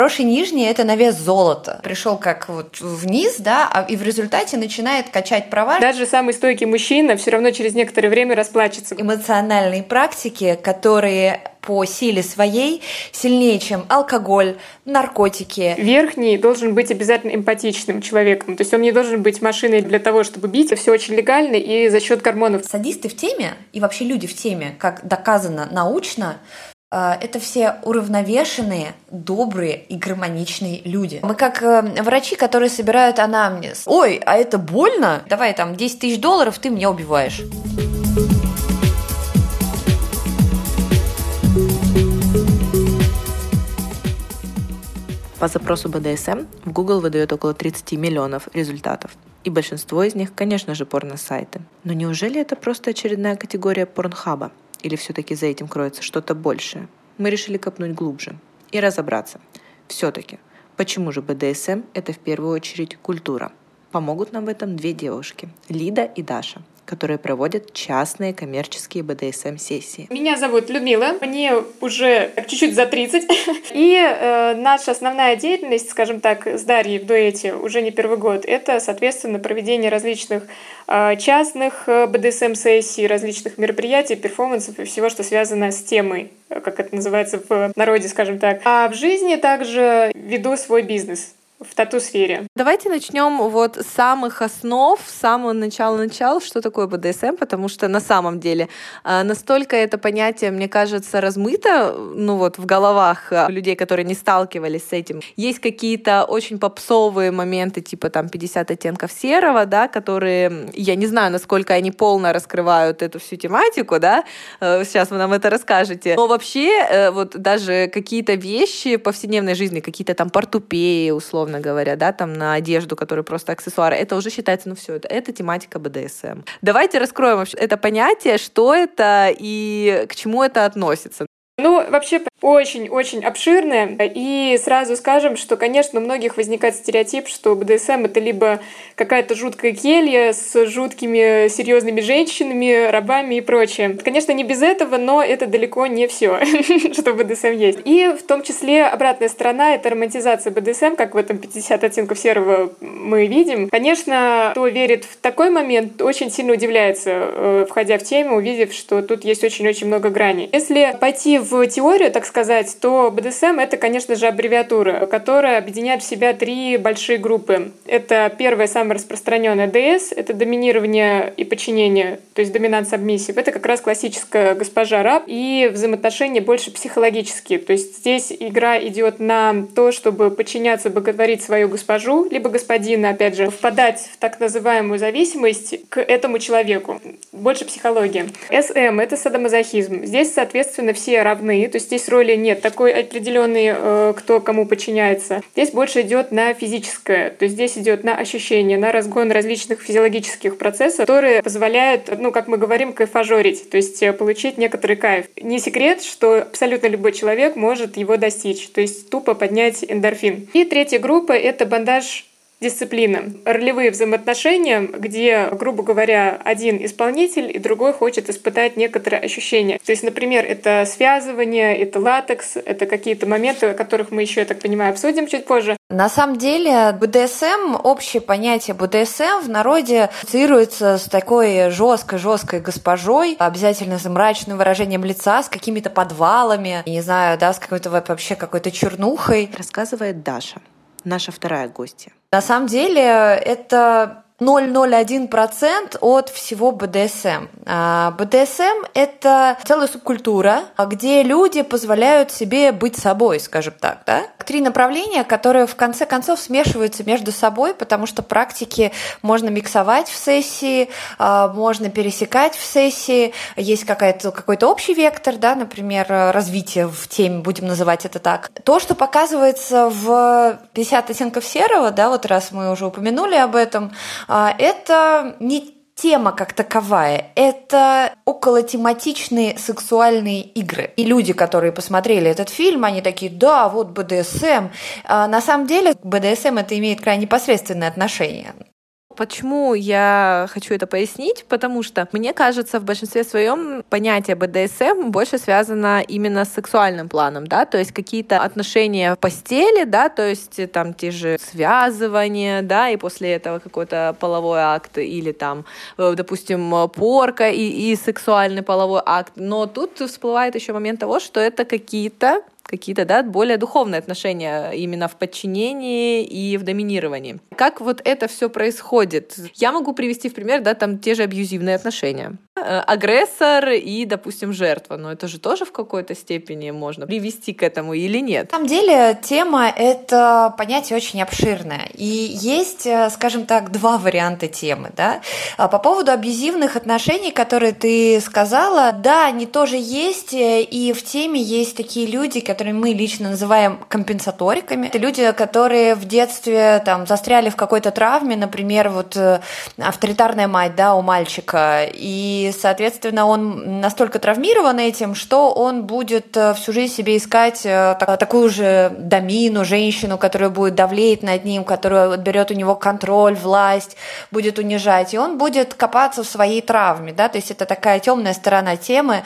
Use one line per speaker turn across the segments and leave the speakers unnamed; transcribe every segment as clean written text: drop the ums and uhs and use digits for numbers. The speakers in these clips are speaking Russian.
Хороший нижний – это на вес золота. Пришел как вот вниз, да, и в результате начинает качать права.
Даже самый стойкий мужчина все равно через некоторое время расплачется.
Эмоциональные практики, которые по силе своей сильнее, чем алкоголь, наркотики.
Верхний должен быть обязательно эмпатичным человеком. То есть он не должен быть машиной для того, чтобы бить. Все очень легально и за счет гормонов.
Садисты в теме, и вообще люди в теме, как доказано научно, это все уравновешенные, добрые и гармоничные люди. Мы как врачи, которые собирают анамнез. Ой, а это больно? Давай там 10 тысяч долларов, ты меня убиваешь.
По запросу BDSM в Google выдает около 30 миллионов результатов. И большинство из них, конечно же, порно-сайты. Но неужели это просто очередная категория порнхаба? Или все-таки за этим кроется что-то большее? Мы решили копнуть глубже и разобраться. Все-таки, почему же BDSM – это в первую очередь культура? Помогут нам в этом две девушки – Лида и Даша, которые проводят частные коммерческие BDSM-сессии.
Меня зовут Людмила, мне уже чуть-чуть за 30. И наша основная деятельность, скажем так, с Дарьей в дуэте уже не первый год, это, соответственно, проведение различных частных BDSM-сессий, различных мероприятий, перформансов и всего, что связано с темой, как это называется в народе, скажем так. А в жизни также веду свой бизнес в тату-сфере.
Давайте начнем вот с самых основ, с самого начала, что такое БДСМ, потому что на самом деле настолько это понятие, мне кажется, размыто, в головах людей, которые не сталкивались с этим. Есть какие-то очень попсовые моменты, типа там 50 оттенков серого, да, которые, я не знаю, насколько они полно раскрывают эту всю тематику, да, сейчас вы нам это расскажете. Но вообще вот даже какие-то вещи в повседневной жизни, какие-то там портупеи, условно говоря, да, там на одежду, которые просто аксессуары, это уже считается, это тематика БДСМ. Давайте раскроем вообще это понятие, что это и к чему это относится.
Вообще очень-очень обширное. И сразу скажем, что, конечно, у многих возникает стереотип, что БДСМ — это либо какая-то жуткая келья с жуткими серьезными женщинами, рабами и прочее. Конечно, не без этого, но это далеко не все, что в БДСМ есть. И в том числе обратная сторона — это романтизация БДСМ, как в этом 50 оттенков серого мы видим. Конечно, кто верит в такой момент, очень сильно удивляется, входя в тему, увидев, что тут есть очень-очень много граней. Если пойти в теорию, так сказать, то BDSM — это, конечно же, аббревиатура, которая объединяет в себя три большие группы. Это первая, самая распространенная DS, это доминирование и подчинение, то есть доминант-сабмиссив. Это как раз классическая госпожа-раб, и взаимоотношения больше психологические. То есть здесь игра идет на то, чтобы подчиняться, боготворить свою госпожу, либо господина, опять же, впадать в так называемую зависимость к этому человеку. Больше психология. SM — это садомазохизм. Здесь, соответственно, все равны, то есть здесь роли нет такой определенной, кто кому подчиняется. Здесь больше идет на физическое, то есть здесь идет на ощущение, на разгон различных физиологических процессов, которые позволяют, как мы говорим, кайфажорить, то есть получить некоторый кайф. Не секрет, что абсолютно любой человек может его достичь, то есть тупо поднять эндорфин. И третья группа — это бандаж, дисциплина. Ролевые взаимоотношения, где, грубо говоря, один исполнитель и другой хочет испытать некоторые ощущения. То есть, например, это связывание, это латекс, это какие-то моменты, о которых мы еще, я так понимаю, обсудим чуть позже.
На самом деле, БДСМ, общее понятие БДСМ в народе ассоциируется с такой жесткой госпожой, обязательно с мрачным выражением лица, с какими-то подвалами, не знаю, да, с какой-то чернухой.
Рассказывает Даша, наша вторая гостья.
На самом деле это 0,01% от всего БДСМ. БДСМ — это целая субкультура, где люди позволяют себе быть собой, скажем так, да? Три направления, которые в конце концов смешиваются между собой, потому что практики можно миксовать в сессии, можно пересекать в сессии, есть какой-то общий вектор, да, например, развитие в теме, будем называть это так. То, что показывается в 50 оттенков серого, да, вот раз мы уже упомянули об этом, это не тема как таковая, это околотематичные сексуальные игры. И люди, которые посмотрели этот фильм, они такие: да, вот БДСМ. На самом деле БДСМ это имеет крайне непосредственное отношение.
Почему я хочу это пояснить? Потому что, мне кажется, в большинстве своем понятие БДСМ больше связано именно с сексуальным планом, да, то есть какие-то отношения в постели, да, то есть там те же связывания, да, и после этого какой-то половой акт или там, допустим, порка и сексуальный половой акт. Но тут всплывает еще момент того, что это какие-то, да, более духовные отношения именно в подчинении и в доминировании. Как вот это все происходит? Я могу привести в пример, да, там те же абьюзивные отношения. Агрессор и, допустим, жертва. Но это же тоже в какой-то степени можно привести к этому или нет?
На самом деле тема — это понятие очень обширное. И есть, скажем так, два варианта темы. Да? По поводу абьюзивных отношений, которые ты сказала, да, они тоже есть. И в теме есть такие люди, которые мы лично называем компенсаториками. Это люди, которые в детстве там застряли в какой-то травме, например, вот авторитарная мать, да, у мальчика, и, соответственно, он настолько травмирован этим, что он будет всю жизнь себе искать такую же домину, женщину, которая будет давлеть над ним, которая отберет у него контроль, власть, будет унижать, и он будет копаться в своей травме, да, то есть это такая темная сторона темы,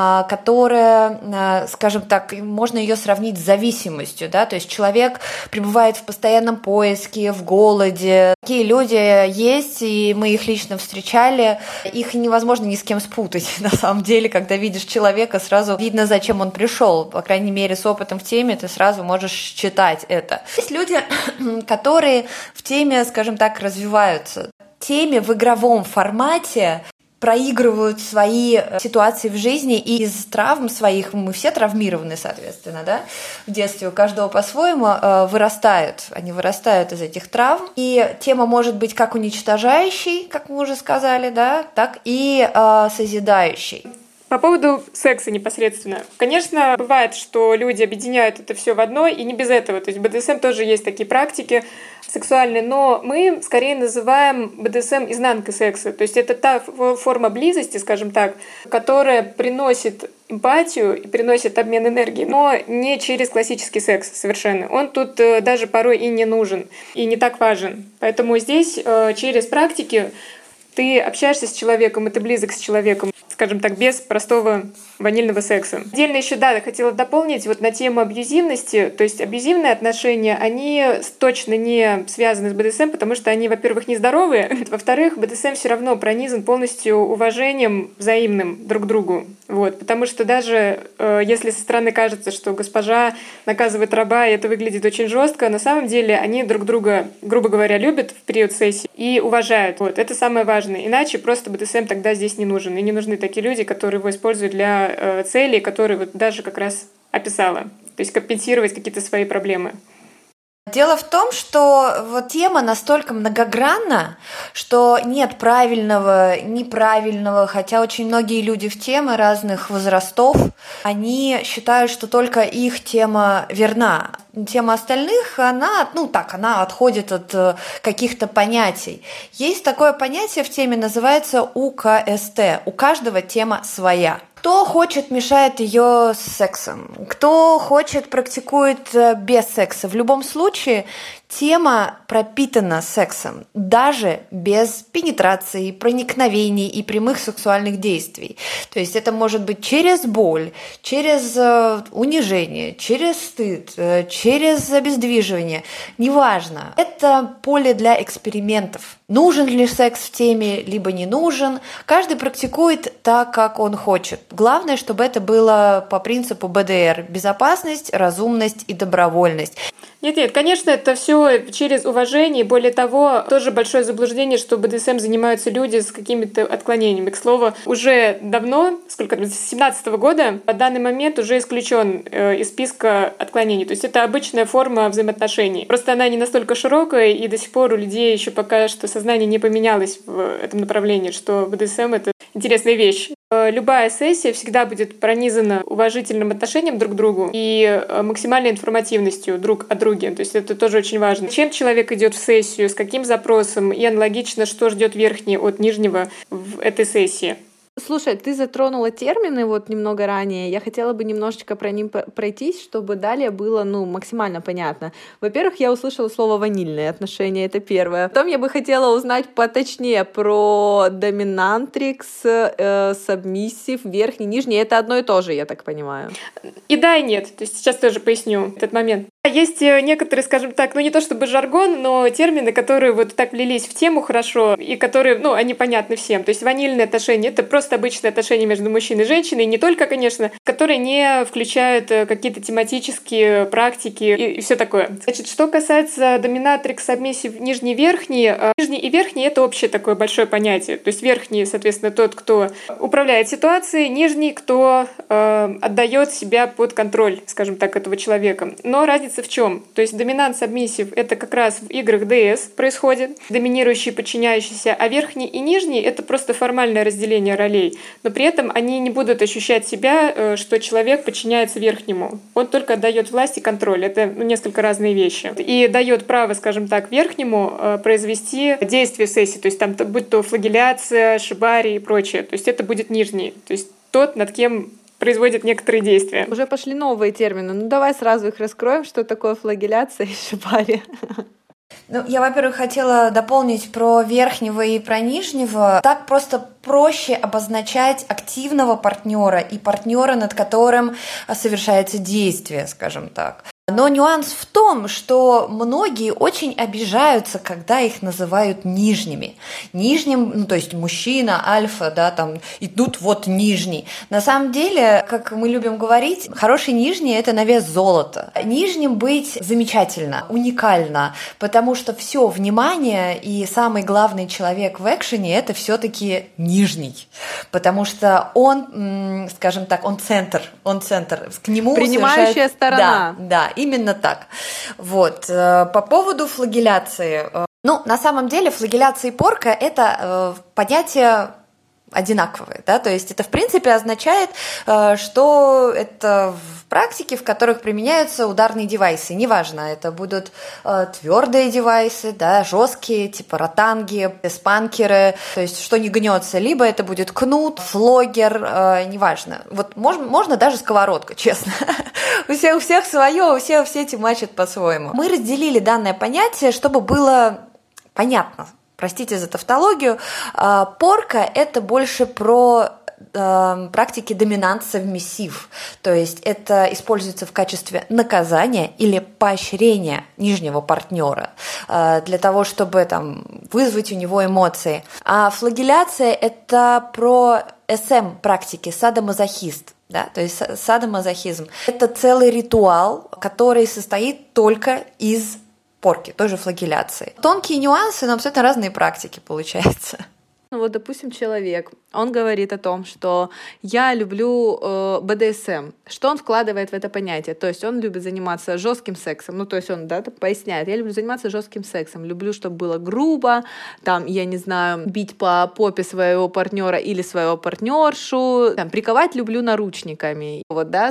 которая, скажем так, можно ее сравнить с зависимостью, да, то есть человек пребывает в постоянном поиске, в голоде. Такие люди есть, и мы их лично встречали, их невозможно ни с кем спутать, на самом деле, когда видишь человека, сразу видно, зачем он пришел, по крайней мере, с опытом в теме ты сразу можешь читать это. Есть люди, которые в теме, скажем так, развиваются. В теме в игровом формате проигрывают свои ситуации в жизни, и из травм своих, мы все травмированы, соответственно, да, в детстве у каждого по-своему вырастают, они вырастают из этих травм, и тема может быть как уничтожающей, как мы уже сказали, да, так и созидающей.
По поводу секса непосредственно. Конечно, бывает, что люди объединяют это все в одно, и не без этого. То есть в БДСМ тоже есть такие практики сексуальные, но мы скорее называем БДСМ изнанкой секса. То есть это та форма близости, скажем так, которая приносит эмпатию и приносит обмен энергией, но не через классический секс совершенно. Он тут даже порой и не нужен, и не так важен. Поэтому здесь через практики ты общаешься с человеком, и ты близок с человеком, скажем так, без простого ванильного секса. Отдельно еще, да, я хотела дополнить вот на тему абьюзивности. То есть абьюзивные отношения, они точно не связаны с БДСМ, потому что они, во-первых, нездоровые, во-вторых, БДСМ все равно пронизан полностью уважением взаимным друг к другу. Вот. Потому что даже если со стороны кажется, что госпожа наказывает раба, и это выглядит очень жестко, на самом деле они друг друга, грубо говоря, любят в период сессии и уважают. Вот. Это самое важное. Иначе просто БДСМ тогда здесь не нужен. И не нужны такие люди, которые его используют для целей, которые вот даже как раз описала. То есть компенсировать какие-то свои проблемы.
Дело в том, что вот тема настолько многогранна, что нет правильного, неправильного, хотя очень многие люди в теме разных возрастов, они считают, что только их тема верна. Тема остальных, она отходит от каких-то понятий. Есть такое понятие в теме, называется УКСТ. У каждого тема своя. Кто хочет, мешает ее с сексом. Кто хочет, практикует без секса. В любом случае, тема пропитана сексом, даже без пенетрации, проникновений и прямых сексуальных действий. То есть это может быть через боль, через унижение, через стыд, через обездвиживание. Неважно. Это поле для экспериментов. Нужен ли секс в теме, либо не нужен. Каждый практикует так, как он хочет. Главное, чтобы это было по принципу БДР. Безопасность, разумность и добровольность.
Нет, конечно, это все через уважение. Более того, тоже большое заблуждение, что БДСМ занимаются люди с какими-то отклонениями. К слову, уже давно, с 2017 года, на данный момент уже исключен из списка отклонений. То есть это обычная форма взаимоотношений. Просто она не настолько широкая, и до сих пор у людей еще пока что сознание не поменялось в этом направлении, что БДСМ — это интересная вещь. Любая сессия всегда будет пронизана уважительным отношением друг к другу и максимальной информативностью друг о друге. То есть это тоже очень важно. Чем человек идет в сессию, с каким запросом, и аналогично, что ждет верхний от нижнего в этой сессии.
Слушай, ты затронула термины вот немного ранее. Я хотела бы немножечко про них пройтись, чтобы далее было, максимально понятно. Во-первых, я услышала слово «ванильные отношения», это первое. Потом я бы хотела узнать поточнее про доминантрикс, сабмиссив, верхний, нижний. Это одно и то же, я так понимаю.
И да, и нет. То есть сейчас тоже поясню этот момент. Есть некоторые, скажем так, не то чтобы жаргон, но термины, которые вот так влились в тему хорошо, и которые, они понятны всем. То есть ванильные отношения — это просто обычные отношения между мужчиной и женщиной, и не только, конечно, которые не включают какие-то тематические практики и все такое. Значит, что касается доминатрикс, сабмиссив, нижний и верхний, нижний и верхний — это общее такое большое понятие. То есть верхний, соответственно, тот, кто управляет ситуацией, нижний, кто отдает себя под контроль, скажем так, этого человека. Но разница в чем? То есть доминант, сабмиссив — это как раз в играх DS происходит, доминирующий, подчиняющийся, а верхний и нижний — это просто формальное разделение ролей. Но при этом они не будут ощущать себя, что человек подчиняется верхнему. Он только отдает власть и контроль. Это несколько разные вещи. И дает право, скажем так, верхнему произвести действие в сессии. То есть там будь то флагеляция, шибари и прочее. То есть это будет нижний. То есть тот, над кем производят некоторые действия.
Уже пошли новые термины. Давай сразу их раскроем, что такое флагеляция и шибари.
Я, во-первых, хотела дополнить про верхнего и про нижнего. Так просто проще обозначать активного партнера и партнера, над которым совершается действие, скажем так. Но нюанс в том, что многие очень обижаются, когда их называют нижними. Нижним, то есть мужчина, альфа, и тут вот нижний. На самом деле, как мы любим говорить, хороший нижний – это на вес золота. Нижним быть замечательно, уникально, потому что все внимание и самый главный человек в экшене – это все-таки нижний. Потому что он, скажем так, он центр. К нему
принимающая сторона.
Да. Именно так. Вот. По поводу флагеляции. На самом деле флагеляция и порка – это понятия одинаковые, да, то есть это в принципе означает, что это в практике, в которых применяются ударные девайсы, неважно, это будут твердые девайсы, да, жесткие, типа ротанги, спанкеры, то есть что не гнется, либо это будет кнут, флогер, неважно, вот можно даже сковородка, честно, у всех свое, все темачат по-своему. Мы разделили данное понятие, чтобы было понятно. Простите за тавтологию, порка – это больше про практики доминант-сабмиссив, то есть это используется в качестве наказания или поощрения нижнего партнера для того, чтобы вызвать у него эмоции. А флагеляция – это про СМ-практики, садомазохист. Да, то есть садомазохизм – это целый ритуал, который состоит только из порки, тоже флагеляции. Тонкие нюансы, но абсолютно разные практики получается.
Допустим, человек, он говорит о том, что я люблю БДСМ. Что он вкладывает в это понятие? То есть он любит заниматься жестким сексом. То есть он поясняет, я люблю заниматься жестким сексом. Люблю, чтобы было грубо, я не знаю, бить по попе своего партнера или своего партнершу, приковать люблю наручниками.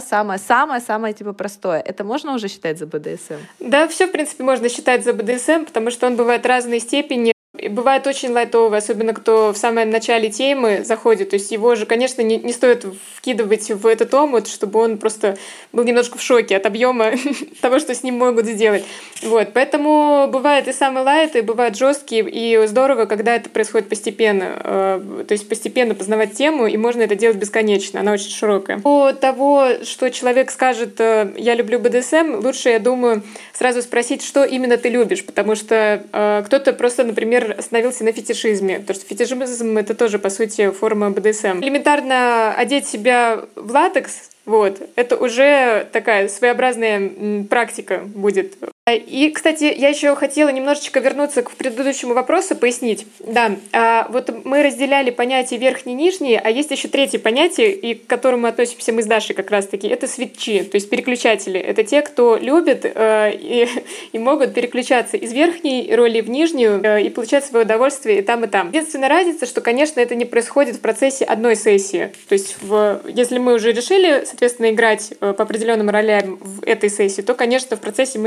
Самое простое. Это можно уже считать за БДСМ?
Да, все в принципе можно считать за БДСМ, потому что он бывает разной степени. Бывает очень лайтовый, особенно кто в самом начале темы заходит. То есть его же, конечно, не стоит вкидывать в этот омут, чтобы он просто был немножко в шоке от объема того, что с ним могут сделать. Поэтому бывает и самый лайт, и бывают жесткие, и здорово, когда это происходит постепенно. То есть постепенно познавать тему, и можно это делать бесконечно, она очень широкая. По того, что человек скажет «я люблю БДСМ», лучше, я думаю, сразу спросить, что именно ты любишь, потому что кто-то просто, например, остановился на фетишизме, потому что фетишизм — это тоже, по сути, форма БДСМ. Элементарно одеть себя в латекс, это уже такая своеобразная практика будет. И, кстати, я еще хотела немножечко вернуться к предыдущему вопросу, пояснить. Да, мы разделяли понятие верхний и нижний, а есть еще третье понятие, и к которому относимся мы с Дашей как раз-таки, это свитчи, то есть переключатели. Это те, кто любит и могут переключаться из верхней роли в нижнюю и получать свое удовольствие и там, и там. Единственная разница, что, конечно, это не происходит в процессе одной сессии. То есть, если мы уже решили, соответственно, играть по определенным ролям в этой сессии, то, конечно, в процессе мы не поменяем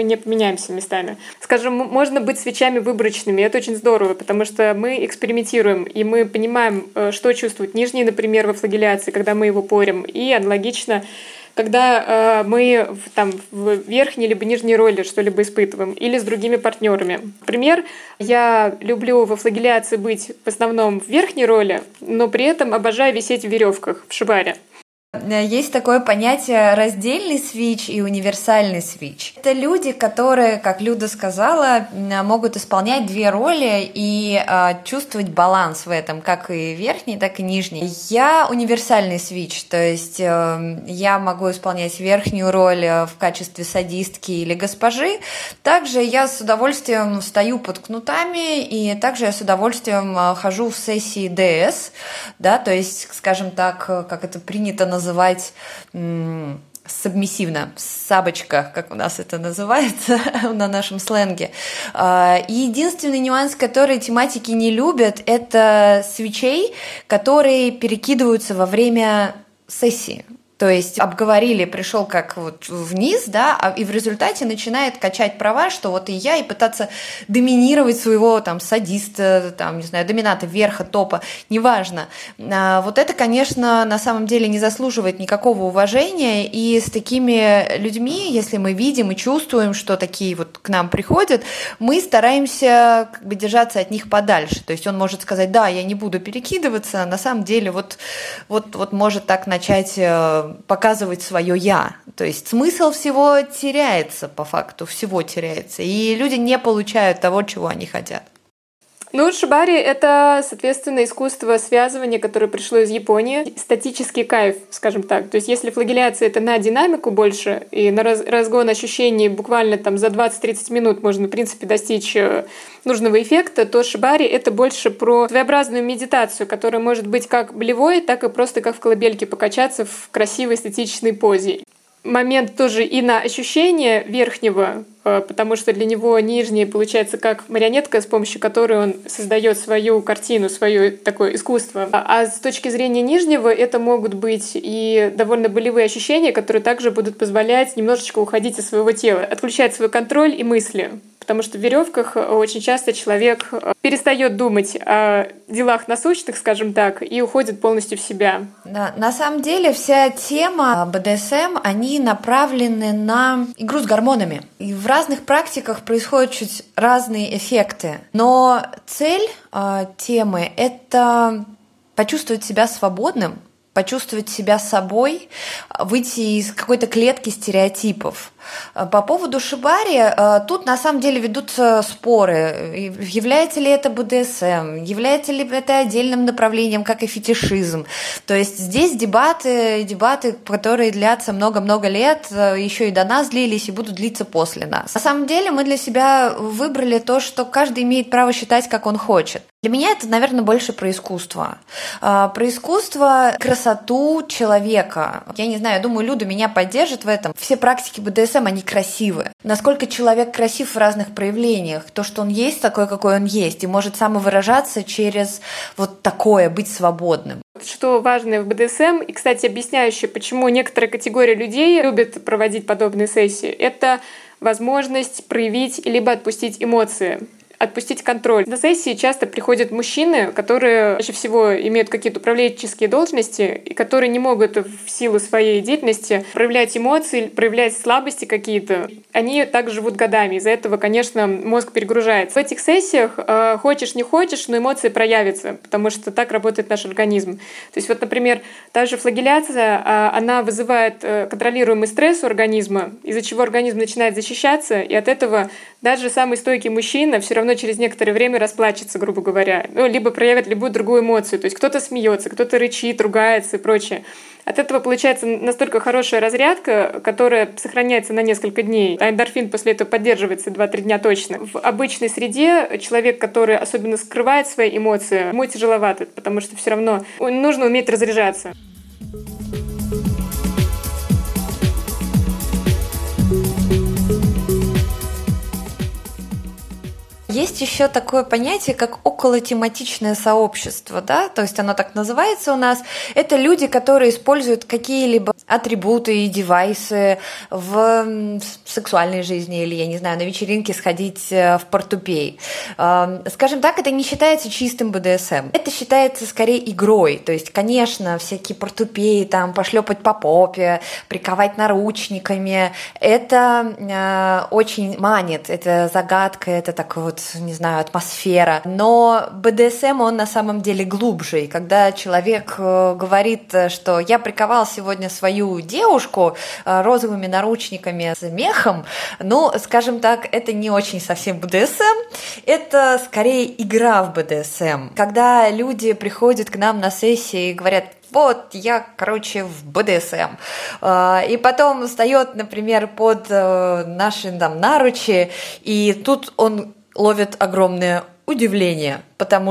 меняемся местами. Скажем, можно быть свечами выборочными, это очень здорово, потому что мы экспериментируем, и мы понимаем, что чувствует нижний, например, во флагелляции, когда мы его порем, и аналогично, когда мы в верхней либо нижней роли что-либо испытываем, или с другими партнерами. Например, я люблю во флагелляции быть в основном в верхней роли, но при этом обожаю висеть в веревках, в шибаре.
Есть такое понятие раздельный свич и универсальный свич. Это люди, которые, как Люда сказала, могут исполнять две роли и чувствовать баланс в этом, как и верхний, так и нижний. Я универсальный свич, то есть я могу исполнять верхнюю роль в качестве садистки или госпожи. Также я с удовольствием стою под кнутами, и также я с удовольствием хожу в сессии ДС, да, то есть, скажем так, как это принято называть, сабмиссивно, сабочка, как у нас это называется на нашем сленге. Единственный нюанс, который тематики не любят, это свечей, которые перекидываются во время сессии. То есть обговорили, пришел как вот вниз, да, и в результате начинает качать права, что вот и я, и пытаться доминировать своего там садиста, там, не знаю, домината, верха, топа, неважно. Вот это, конечно, на самом деле не заслуживает никакого уважения, и с такими людьми, если мы видим и чувствуем, что такие вот к нам приходят, мы стараемся как бы держаться от них подальше. То есть он может сказать, да, я не буду перекидываться, на самом деле вот может так начать показывать свое «я». То есть смысл всего теряется, по факту, всего теряется. И люди не получают того, чего они хотят.
Ну, шибари — это, соответственно, искусство связывания, которое пришло из Японии. Статический кайф, скажем так. То есть если флагелляция — это на динамику больше, и на разгон ощущений буквально там за 20-30 минут можно, в принципе, достичь нужного эффекта, то шибари — это больше про своеобразную медитацию, которая может быть как болевой, так и просто как в колыбельке покачаться в красивой эстетичной позе. Момент тоже и на ощущение верхнего, потому что для него нижний получается как марионетка, с помощью которой он создает свою картину, свое такое искусство. А с точки зрения нижнего это могут быть и довольно болевые ощущения, которые также будут позволять немножечко уходить из своего тела, отключать свой контроль и мысли. Потому что в веревках очень часто человек перестает думать о делах насущных, скажем так, и уходит полностью в себя.
Да, на самом деле вся тема БДСМ, они направлены на игру с гормонами. И в разных практиках происходят чуть разные эффекты. Но цель темы — это почувствовать себя свободным, почувствовать себя собой, выйти из какой-то клетки стереотипов. По поводу шибари, тут на самом деле ведутся споры. Является ли это БДСМ? Является ли это отдельным направлением, как и фетишизм? То есть здесь дебаты, которые длятся много-много лет, еще и до нас длились и будут длиться после нас. На самом деле мы для себя выбрали то, что каждый имеет право считать, как он хочет. Для меня это, наверное, больше про искусство. Про искусство, красоту человека. Я не знаю, я думаю, Люда меня поддержит в этом. Все практики БДСМ, они красивы. Насколько человек красив в разных проявлениях. То, что он есть такой, какой он есть, и может самовыражаться через вот такое, быть свободным.
Что важно в БДСМ, и, кстати, объясняющее, почему некоторая категория людей любят проводить подобные сессии, это возможность проявить либо отпустить эмоции. Отпустить контроль. На сессии часто приходят мужчины, которые чаще всего имеют какие-то управленческие должности и которые не могут в силу своей деятельности проявлять эмоции, проявлять слабости какие-то. Они так живут годами. Из-за этого, конечно, мозг перегружается. В этих сессиях хочешь не хочешь, но эмоции проявятся, потому что так работает наш организм. То есть вот, например, та же флагелляция, она вызывает контролируемый стресс у организма, из-за чего организм начинает защищаться, и от этого даже самый стойкий мужчина все равно через некоторое время расплачется, грубо говоря, либо проявит любую другую эмоцию. То есть кто-то смеется, кто-то рычит, ругается и прочее. От этого получается настолько хорошая разрядка, которая сохраняется на несколько дней. А эндорфин после этого поддерживается 2-3 дня точно. В обычной среде человек, который особенно скрывает свои эмоции, ему тяжеловато, потому что все равно нужно уметь разряжаться.
есть еще такое понятие, как околотематичное сообщество, да, то есть оно так называется у нас. Это люди, которые используют какие-либо атрибуты и девайсы в сексуальной жизни или, я не знаю, на вечеринке сходить в портупей. Скажем так, это не считается чистым БДСМ. Это считается скорее игрой. То есть, конечно, всякие портупеи, там, пошлепать по попе, приковать наручниками, это очень манит, это загадка, это такая вот, не знаю, атмосфера. Но БДСМ, он на самом деле глубже. И когда человек говорит, что я приковал сегодня свою девушку розовыми наручниками с мехом, ну, скажем так, это не очень совсем БДСМ, это скорее игра в БДСМ. Когда люди приходят к нам на сессии и говорят: вот, я, короче, в БДСМ. И потом встает, например, под наши там наручи, и тут он ловит огромное удивление, потому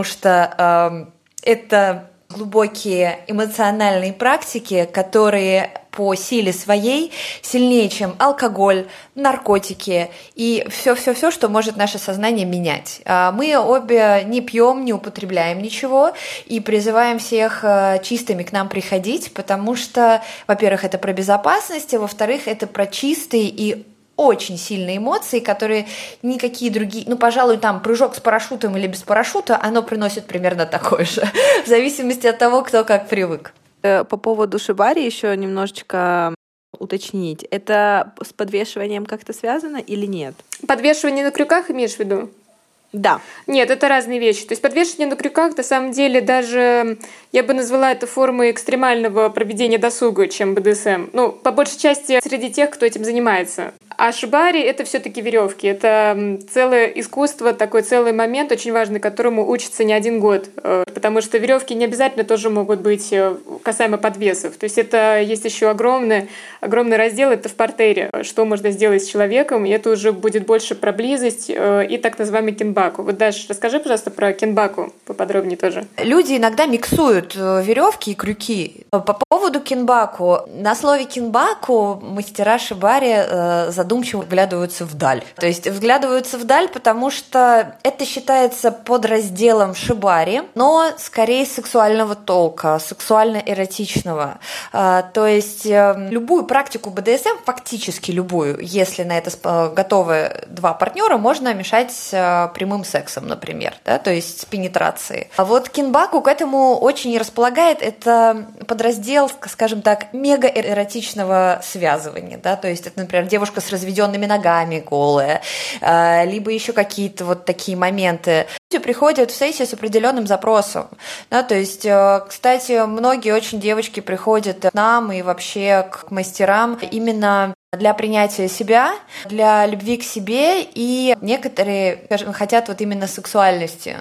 что это глубокие эмоциональные практики, которые по силе своей сильнее, чем алкоголь, наркотики и все, что может наше сознание менять. Мы обе не пьем, не употребляем ничего и призываем всех чистыми к нам приходить, потому что, во-первых, это про безопасность, а во-вторых, это про чистые и очень сильные эмоции, которые никакие другие, ну, пожалуй, там прыжок с парашютом или без парашюта, оно приносит примерно такое же, в зависимости от того, кто как привык.
По поводу шибари еще немножечко уточнить. Это с подвешиванием как-то связано или нет?
Подвешивание на крюках имеешь в виду?
Да.
Нет, это разные вещи. То есть подвешивание на крюках, на самом деле, даже я бы назвала это формой экстремального проведения досуга, чем БДСМ. Ну, по большей части среди тех, кто этим занимается. А шибари — это все-таки веревки. Это целое искусство, такой целый момент, очень важный, которому учится не один год. Потому что веревки не обязательно тоже могут быть касаемо подвесов. То есть это есть еще огромный раздел, это в партере, что можно сделать с человеком, и это уже будет больше про близость и так называемый кенбаку. Вот, Даша, расскажи, пожалуйста, про кенбаку поподробнее тоже.
Люди иногда миксуют веревки и крюки. По поводу кенбаку. На слове кенбаку мастера шибари задумчиво вглядываются вдаль. То есть вглядываются вдаль, потому что это считается подразделом шибари, но скорее сексуального толка, сексуально-эротичного. То есть любую практику БДСМ, фактически любую, если на это готовы два партнера, можно мешать прямым сексом, например, да, то есть с пенетрацией. А вот кенбаку к этому очень располагает. Это подраздел, скажем так, мега-эротичного связывания, да, то есть это, например, девушка с разведенными ногами голая, либо еще какие-то вот такие моменты. Люди приходят в сессию с определенным запросом, да, то есть, кстати, многие очень девочки приходят к нам и вообще к мастерам именно для принятия себя, для любви к себе, и некоторые, скажем, хотят вот именно сексуальности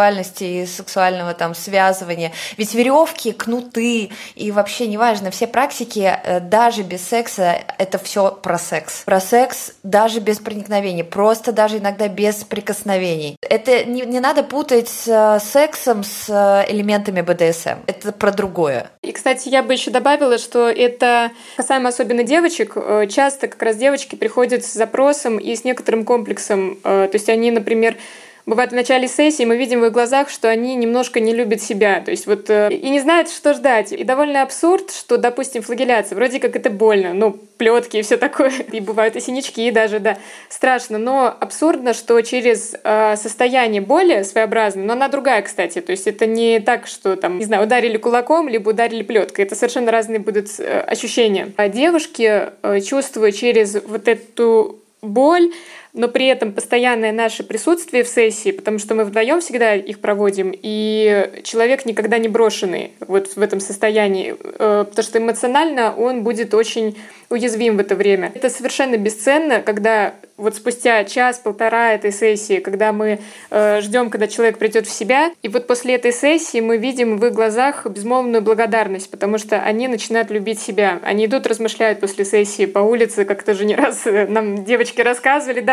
и сексуального там связывания. Ведь веревки, кнуты и вообще неважно, все практики даже без секса — это все про секс. Про секс даже без проникновения, просто даже иногда без прикосновений. Это не надо путать сексом с элементами БДСМ. Это про другое.
И, кстати, я бы еще добавила, что это касаемо особенно девочек. Часто как раз девочки приходят с запросом и с некоторым комплексом. То есть они, например, бывает в начале сессии мы видим в их глазах, что они немножко не любят себя, то есть вот и не знают, что ждать. И довольно абсурд, что, допустим, флагелляция, вроде как это больно, ну, плетки и все такое, и бывают и синячки даже, да, страшно, но абсурдно, что через состояние боли своеобразное, но она другая, кстати, то есть это не так, что там, не знаю, ударили кулаком, либо ударили плеткой, это совершенно разные будут ощущения. А девушки, чувствуя через вот эту боль, но при этом постоянное наше присутствие в сессии, потому что мы вдвоем всегда их проводим, и человек никогда не брошенный вот в этом состоянии, потому что эмоционально он будет очень уязвим в это время. Это совершенно бесценно, когда вот спустя час-полтора этой сессии, когда мы ждем, когда человек придет в себя, и вот после этой сессии мы видим в их глазах безмолвную благодарность, потому что они начинают любить себя. Они идут, размышляют после сессии по улице, как тоже не раз нам девочки рассказывали, да,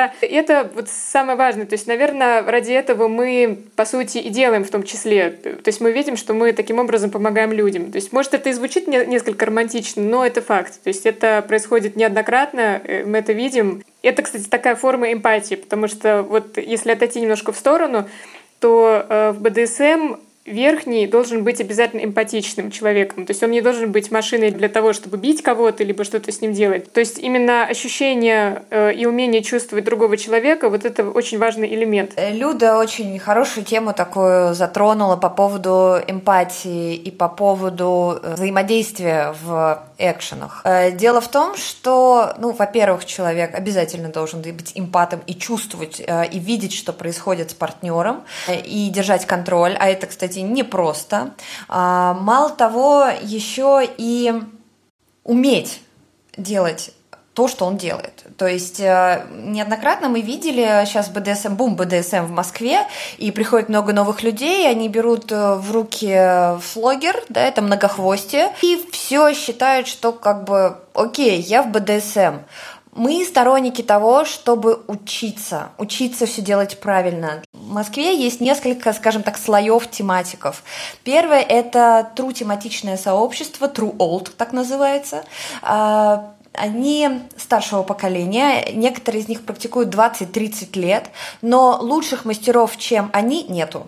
да. Это вот самое важное. То есть, наверное, ради этого мы, по сути, и делаем в том числе. То есть мы видим, что мы таким образом помогаем людям. То есть, может, это и звучит несколько романтично, но это факт. То есть это происходит неоднократно, мы это видим. Это, кстати, такая форма эмпатии, потому что вот если отойти немножко в сторону, то в БДСМ верхний должен быть обязательно эмпатичным человеком. То есть он не должен быть машиной для того, чтобы бить кого-то, либо что-то с ним делать. То есть именно ощущение и умение чувствовать другого человека, вот это очень важный элемент.
Люда очень хорошую тему такую затронула по поводу эмпатии и по поводу взаимодействия в экшенах. Дело в том, что, во-первых, человек обязательно должен быть эмпатом и чувствовать, и видеть, что происходит с партнером, и держать контроль. А это, кстати, непросто. Мало того, еще и уметь делать то, что он делает. То есть неоднократно мы видели сейчас бум БДСМ в Москве, и приходит много новых людей, они берут в руки флогер, да, это многохвостие, и все считают, что окей, я в БДСМ. Мы сторонники того, чтобы учиться все делать правильно. В Москве есть несколько, скажем так, слоев тематиков. Первое – это true-тематичное сообщество, True Old, так называется. Они старшего поколения, некоторые из них практикуют 20-30 лет, но лучших мастеров, чем они, нету.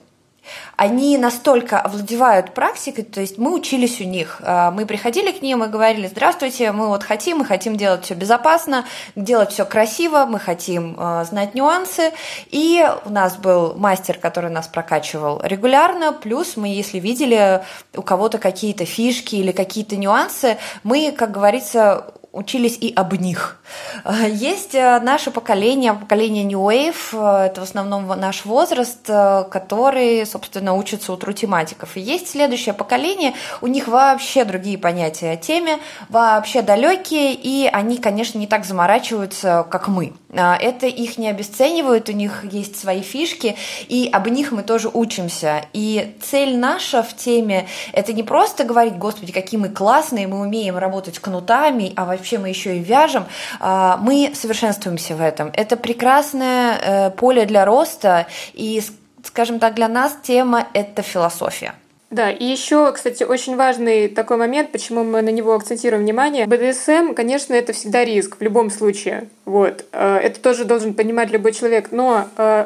Они настолько овладевают практикой, то есть мы учились у них. Мы приходили к ним и говорили: здравствуйте, мы хотим делать все безопасно, делать все красиво, мы хотим знать нюансы. И у нас был мастер, который нас прокачивал регулярно, плюс мы, если видели у кого-то какие-то фишки или какие-то нюансы, мы, как говорится, учились и об них. Есть наше поколение New Wave, это в основном наш возраст, который, собственно, учится у тру-тематиков. И есть следующее поколение, у них вообще другие понятия о теме, вообще далекие, и они, конечно, не так заморачиваются, как мы. Это их не обесценивает, у них есть свои фишки, и об них мы тоже учимся. И цель наша в теме – это не просто говорить: господи, какие мы классные, мы умеем работать кнутами, а вообще мы еще и вяжем. Мы совершенствуемся в этом. Это прекрасное поле для роста, и, скажем так, для нас тема – это философия.
Да, и еще, кстати, очень важный такой момент, почему мы на него акцентируем внимание. БДСМ, конечно, это всегда риск в любом случае. Вот. Это тоже должен понимать любой человек, но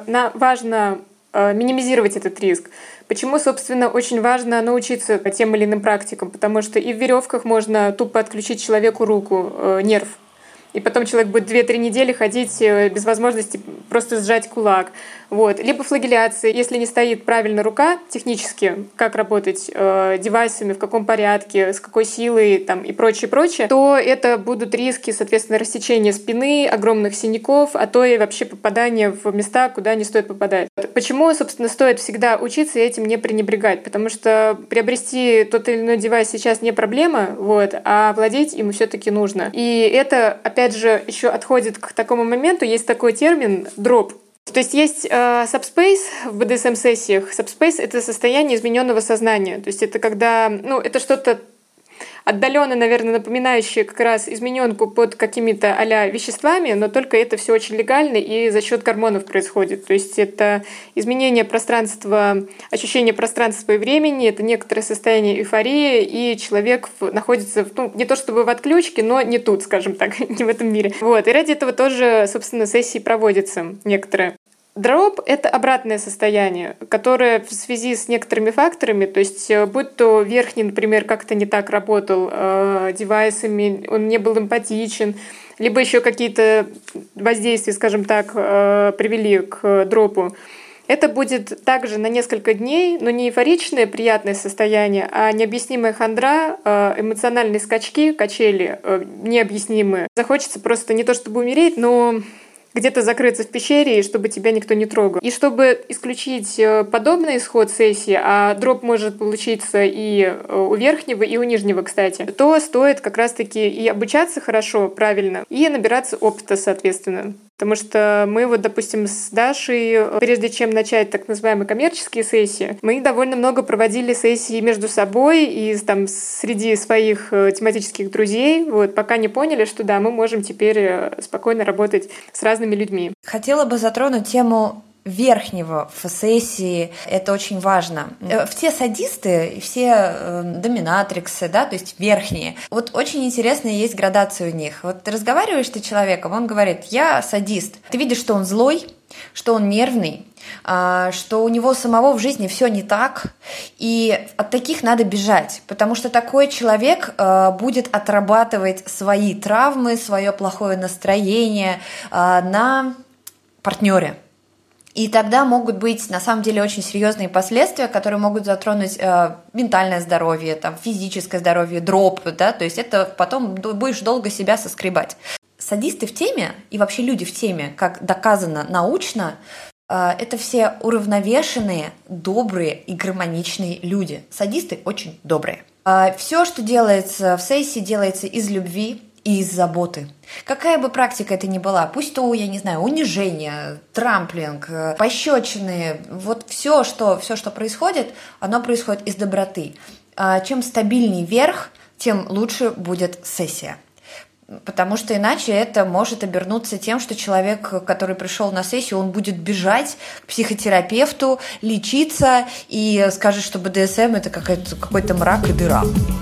важно минимизировать этот риск. Почему, собственно, очень важно научиться тем или иным практикам? Потому что и в веревках можно тупо отключить человеку руку, нерв. И потом человек будет 2-3 недели ходить без возможности просто сжать кулак. Вот. Либо флагеляция, если не стоит правильно рука технически, как работать девайсами, в каком порядке, с какой силой там, и прочее, то это будут риски, соответственно, рассечения спины, огромных синяков, а то и вообще попадания в места, куда не стоит попадать. Почему, собственно, стоит всегда учиться и этим не пренебрегать? Потому что приобрести тот или иной девайс сейчас не проблема, вот, а владеть им все-таки нужно. И это, опять же, еще отходит к такому моменту, есть такой термин «дроп». То есть есть subspace в BDSM-сессиях. Subspace — это состояние измененного сознания. То есть это когда, это что-то отдаленно, наверное, напоминающее как раз измененку под какими-то а-ля веществами, но только это все очень легально и за счет гормонов происходит. То есть это изменение пространства, ощущение пространства и времени, это некоторое состояние эйфории, и человек находится, не то чтобы в отключке, но не тут, скажем так, не в этом мире. Вот. И ради этого тоже, собственно, сессии проводятся некоторые. Дроп — это обратное состояние, которое в связи с некоторыми факторами, то есть будь то верхний, например, как-то не так работал девайсами, он не был эмпатичен, либо еще какие-то воздействия, скажем так, привели к дропу. Это будет также на несколько дней, но не эйфоричное приятное состояние, а необъяснимая хандра, эмоциональные скачки, качели необъяснимые. Захочется просто не то чтобы умереть, но где-то закрыться в пещере, и чтобы тебя никто не трогал. И чтобы исключить подобный исход сессии, а дроп может получиться и у верхнего, и у нижнего, кстати, то стоит как раз-таки и обучаться хорошо, правильно, и набираться опыта, соответственно. Потому что мы вот, допустим, с Дашей, прежде чем начать так называемые коммерческие сессии, мы довольно много проводили сессий между собой и там среди своих тематических друзей, вот, пока не поняли, что да, мы можем теперь спокойно работать с разными людьми.
Хотела бы затронуть тему верхнего в сессии, это очень важно. Все садисты, все доминатриксы, да, то есть верхние, вот очень интересно, есть градация у них. Вот ты разговариваешь с человеком, он говорит: я садист. Ты видишь, что он злой, что он нервный, что у него самого в жизни все не так, и от таких надо бежать, потому что такой человек будет отрабатывать свои травмы, свое плохое настроение на партнере. И тогда могут быть, на самом деле, очень серьезные последствия, которые могут затронуть ментальное здоровье, там, физическое здоровье, дроп, да, то есть это потом будешь долго себя соскребать. Садисты в теме и вообще люди в теме, как доказано научно, это все уравновешенные, добрые и гармоничные люди. Садисты очень добрые. Все, что делается в сессии, делается из любви и из заботы. Какая бы практика это ни была, пусть то, я не знаю, унижение, трамплинг, пощечины, вот все, что происходит, оно происходит из доброты. Чем стабильнее верх, тем лучше будет сессия. Потому что иначе это может обернуться тем, что человек, который пришел на сессию, он будет бежать к психотерапевту, лечиться и скажет, что БДСМ – это какой-то мрак и дыра.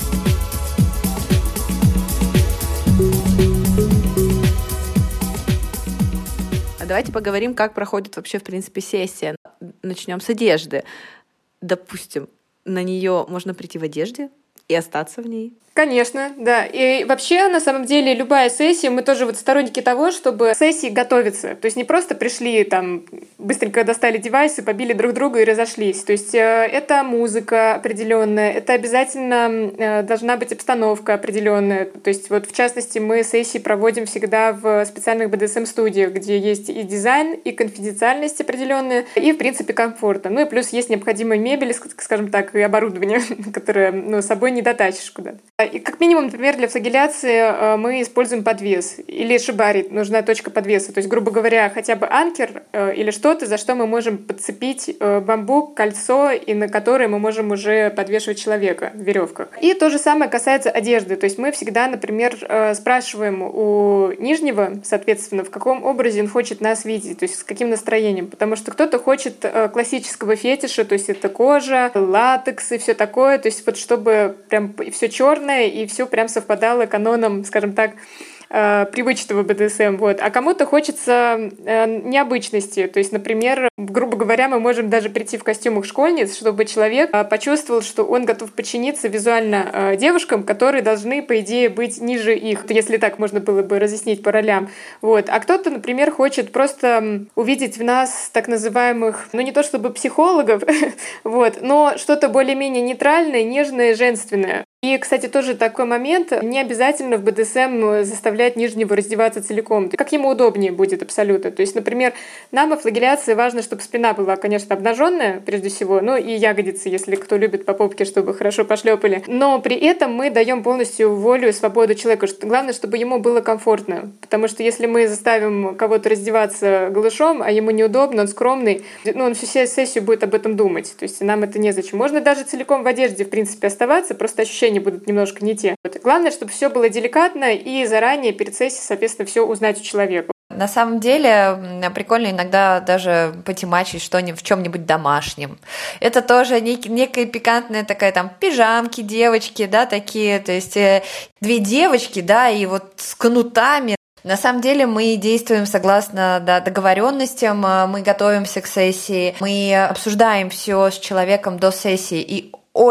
Давайте поговорим, как проходит вообще, в принципе, сессия. Начнем с одежды. Допустим, на нее можно прийти в одежде и остаться в ней.
Конечно, да. И вообще, на самом деле, любая сессия, мы тоже вот сторонники того, чтобы сессии готовиться. То есть не просто пришли, там, быстренько достали девайсы, побили друг друга и разошлись. То есть это музыка определенная, это обязательно должна быть обстановка определенная. То есть вот в частности мы сессии проводим всегда в специальных BDSM-студиях, где есть и дизайн, и конфиденциальность определенная, и, в принципе, комфортно. Ну и плюс есть необходимая мебель, скажем так, и оборудование, которое с собой не дотащишь куда-то. И как минимум, например, для флагелляции мы используем подвес или шибари, нужна точка подвеса. То есть, грубо говоря, хотя бы анкер или что-то, за что мы можем подцепить бамбук, кольцо, и на которое мы можем уже подвешивать человека в веревках. И то же самое касается одежды. То есть мы всегда, например, спрашиваем у нижнего, соответственно, в каком образе он хочет нас видеть, то есть с каким настроением. Потому что кто-то хочет классического фетиша, то есть это кожа, латекс и все такое. То есть вот чтобы прям все черное, и все прям совпадало канонам, скажем так, привычного БДСМ. Вот. А кому-то хочется необычности. То есть, например, грубо говоря, мы можем даже прийти в костюмах школьниц, чтобы человек почувствовал, что он готов подчиниться визуально девушкам, которые должны, по идее, быть ниже их, если так можно было бы разъяснить по ролям. Вот. А кто-то, например, хочет просто увидеть в нас так называемых, ну не то чтобы психологов, вот, но что-то более-менее нейтральное, нежное, женственное. И, кстати, тоже такой момент, не обязательно в БДСМ заставлять нижнего раздеваться целиком. Как ему удобнее будет абсолютно. То есть, например, нам во флагелляции важно, чтобы спина была, конечно, обнаженная, прежде всего, ну и ягодицы, если кто любит по попке, чтобы хорошо пошлепали. Но при этом мы даем полностью волю и свободу человеку. Главное, чтобы ему было комфортно. Потому что если мы заставим кого-то раздеваться голышом, а ему неудобно, он скромный, ну, он всю сессию будет об этом думать. То есть нам это незачем. Можно даже целиком в одежде, в принципе, оставаться, просто ощущения будут немножко не те. Вот. Главное, чтобы все было деликатно и заранее перед сессией, соответственно, все узнать у человека.
На самом деле прикольно иногда даже потемачить что-нибудь в чем-нибудь домашнем. Это тоже некая пикантная такая там пижамки, девочки, да, такие, то есть две девочки, да, и вот с кнутами. На самом деле мы действуем согласно договоренностям, мы готовимся к сессии, мы обсуждаем все с человеком до сессии, и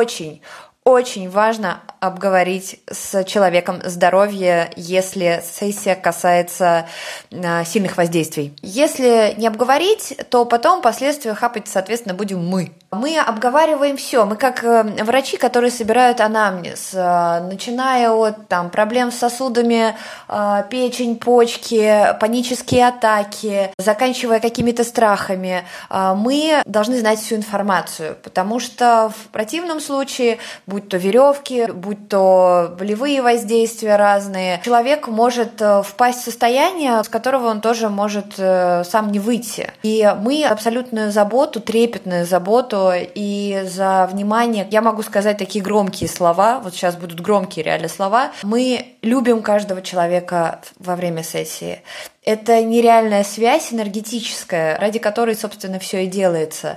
очень важно обговорить с человеком здоровье, если сессия касается сильных воздействий. Если не обговорить, то потом последствия хапать, соответственно, будем мы. Мы обговариваем все. Мы как врачи, которые собирают анамнез, начиная от проблем с сосудами, печень, почки, панические атаки, заканчивая какими-то страхами. Мы должны знать всю информацию, потому что в противном случае, будь то веревки, будь будь то болевые воздействия разные, человек может впасть в состояние, с которого он тоже может сам не выйти. И мы абсолютную заботу, трепетную заботу и за внимание, я могу сказать такие громкие слова, вот сейчас будут громкие реально слова, мы любим каждого человека во время сессии. Это нереальная связь энергетическая, ради которой, собственно, все и делается.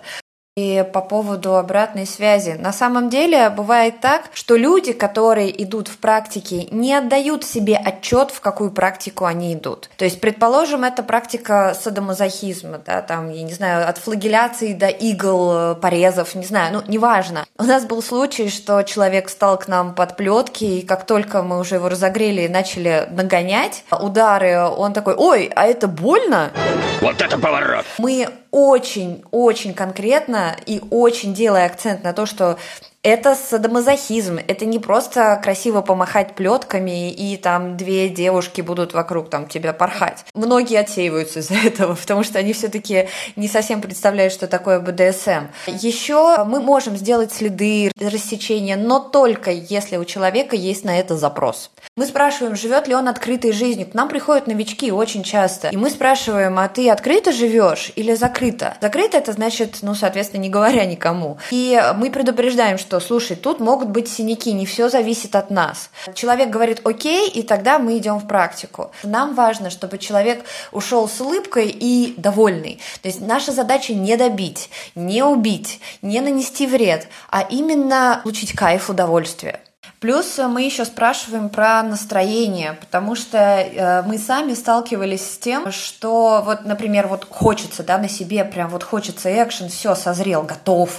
И по поводу обратной связи. На самом деле бывает так, что люди, которые идут в практике, не отдают себе отчет, в какую практику они идут. То есть, предположим, это практика садомазохизма, да, там, я не знаю, от флагелляции до игл, порезов, не знаю, неважно. У нас был случай, что человек встал к нам под плетки, и как только мы уже его разогрели и начали нагонять удары, он такой: «Ой, а это больно?»
Вот это поворот! Мы
очень конкретно и очень делая акцент на то, что это садомазохизм, это не просто красиво помахать плетками и там две девушки будут вокруг там тебя порхать. Многие отсеиваются из-за этого, потому что они все-таки не совсем представляют, что такое БДСМ. Еще мы можем сделать следы, рассечения, но только если у человека есть на это запрос. Мы спрашиваем, живет ли он открытой жизнью. К нам приходят новички очень часто. И мы спрашиваем: а ты открыто живешь или закрыто? Закрыто — это значит, соответственно, не говоря никому. И мы предупреждаем, что, слушай, тут могут быть синяки, не все зависит от нас. Человек говорит окей, и тогда мы идем в практику. Нам важно, чтобы человек ушел с улыбкой и довольный. То есть наша задача не добить, не убить, не нанести вред, а именно получить кайф, удовольствие. Плюс мы еще спрашиваем про настроение, потому что мы сами сталкивались с тем, что вот, например, вот хочется, да, на себе прям вот хочется экшен, все, созрел, готов.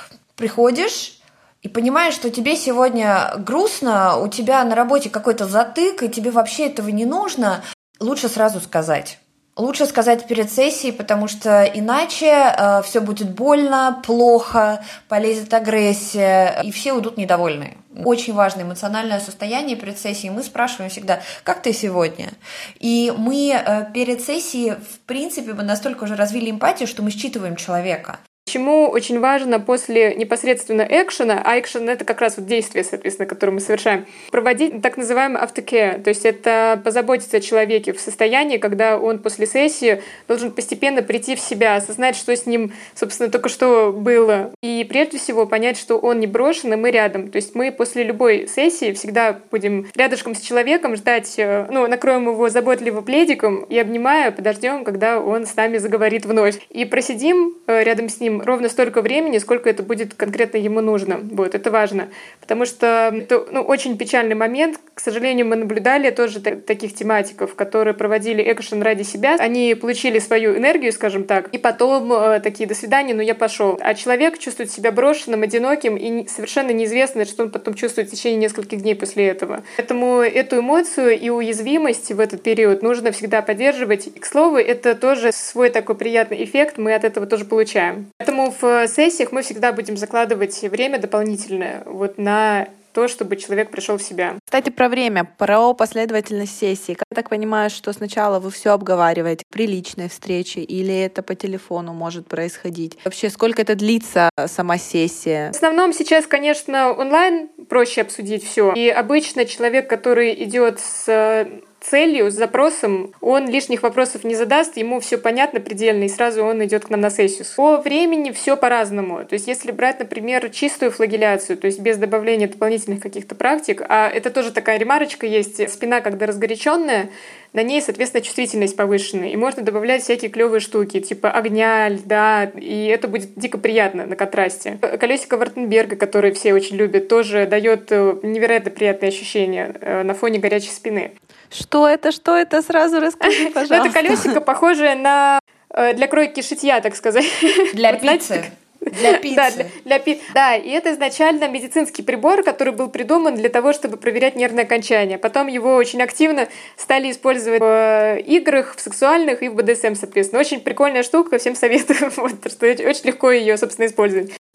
Приходишь и понимаешь, что тебе сегодня грустно, у тебя на работе какой-то затык, и тебе вообще этого не нужно, лучше сразу сказать. Лучше сказать перед сессией, потому что иначе все будет больно, плохо, полезет агрессия, и все уйдут недовольные. Очень важное эмоциональное состояние перед сессией. Мы спрашиваем всегда: как ты сегодня? И мы перед сессией, в принципе, мы настолько уже развили эмпатию, что мы считываем человека.
Почему очень важно после непосредственно экшена, а экшен — это как раз вот действие, соответственно, которое мы совершаем, проводить так называемый автокер. То есть это позаботиться о человеке в состоянии, когда он после сессии должен постепенно прийти в себя, осознать, что с ним, собственно, только что было. И прежде всего понять, что он не брошен, и мы рядом. То есть мы после любой сессии всегда будем рядышком с человеком, ждать, накроем его заботливо пледиком и обнимая, подождем, когда он с нами заговорит вновь. И просидим рядом с ним ровно столько времени, сколько это будет конкретно ему нужно. Вот, это важно. Потому что это очень печальный момент. К сожалению, мы наблюдали тоже таких тематиков, которые проводили экшен ради себя. Они получили свою энергию, скажем так, и потом такие: до свидания, я пошел. А человек чувствует себя брошенным, одиноким, и совершенно неизвестно, что он потом чувствует в течение нескольких дней после этого. Поэтому эту эмоцию и уязвимость в этот период нужно всегда поддерживать. И, к слову, это тоже свой такой приятный эффект мы от этого тоже получаем. Поэтому в сессиях мы всегда будем закладывать время дополнительное вот на то, чтобы человек пришел в себя.
Кстати, про время, про последовательность сессии. Я так понимаю, что сначала вы все обговариваете при личной встрече или это по телефону может происходить? Вообще, сколько это длится, сама сессия?
В основном сейчас, конечно, онлайн проще обсудить все. И обычно человек, который идет с целью, с запросом, он лишних вопросов не задаст, ему все понятно предельно, и сразу он идет к нам на сессию. По времени все по-разному. То есть если брать, например, чистую флагелляцию, то есть без добавления дополнительных каких-то практик, а это тоже такая ремарочка есть, спина, когда разгоряченная, на ней, соответственно, чувствительность повышенная, и можно добавлять всякие клевые штуки, типа огня, льда, и это будет дико приятно на контрасте. Колесико Вартенберга, которое все очень любят, тоже дает невероятно приятные ощущения на фоне горячей спины.
Что это? Сразу расскажи, пожалуйста.
Это колесико, похожее на для кройки шитья, так сказать.
Для пиццы. Для пиццы.
Да, и это изначально медицинский прибор, который был придуман для того, чтобы проверять нервные окончания. Потом его очень активно стали использовать в играх, в сексуальных и в БДСМ, соответственно. Очень прикольная штука, всем советую, что очень легко ее, собственно, использовать.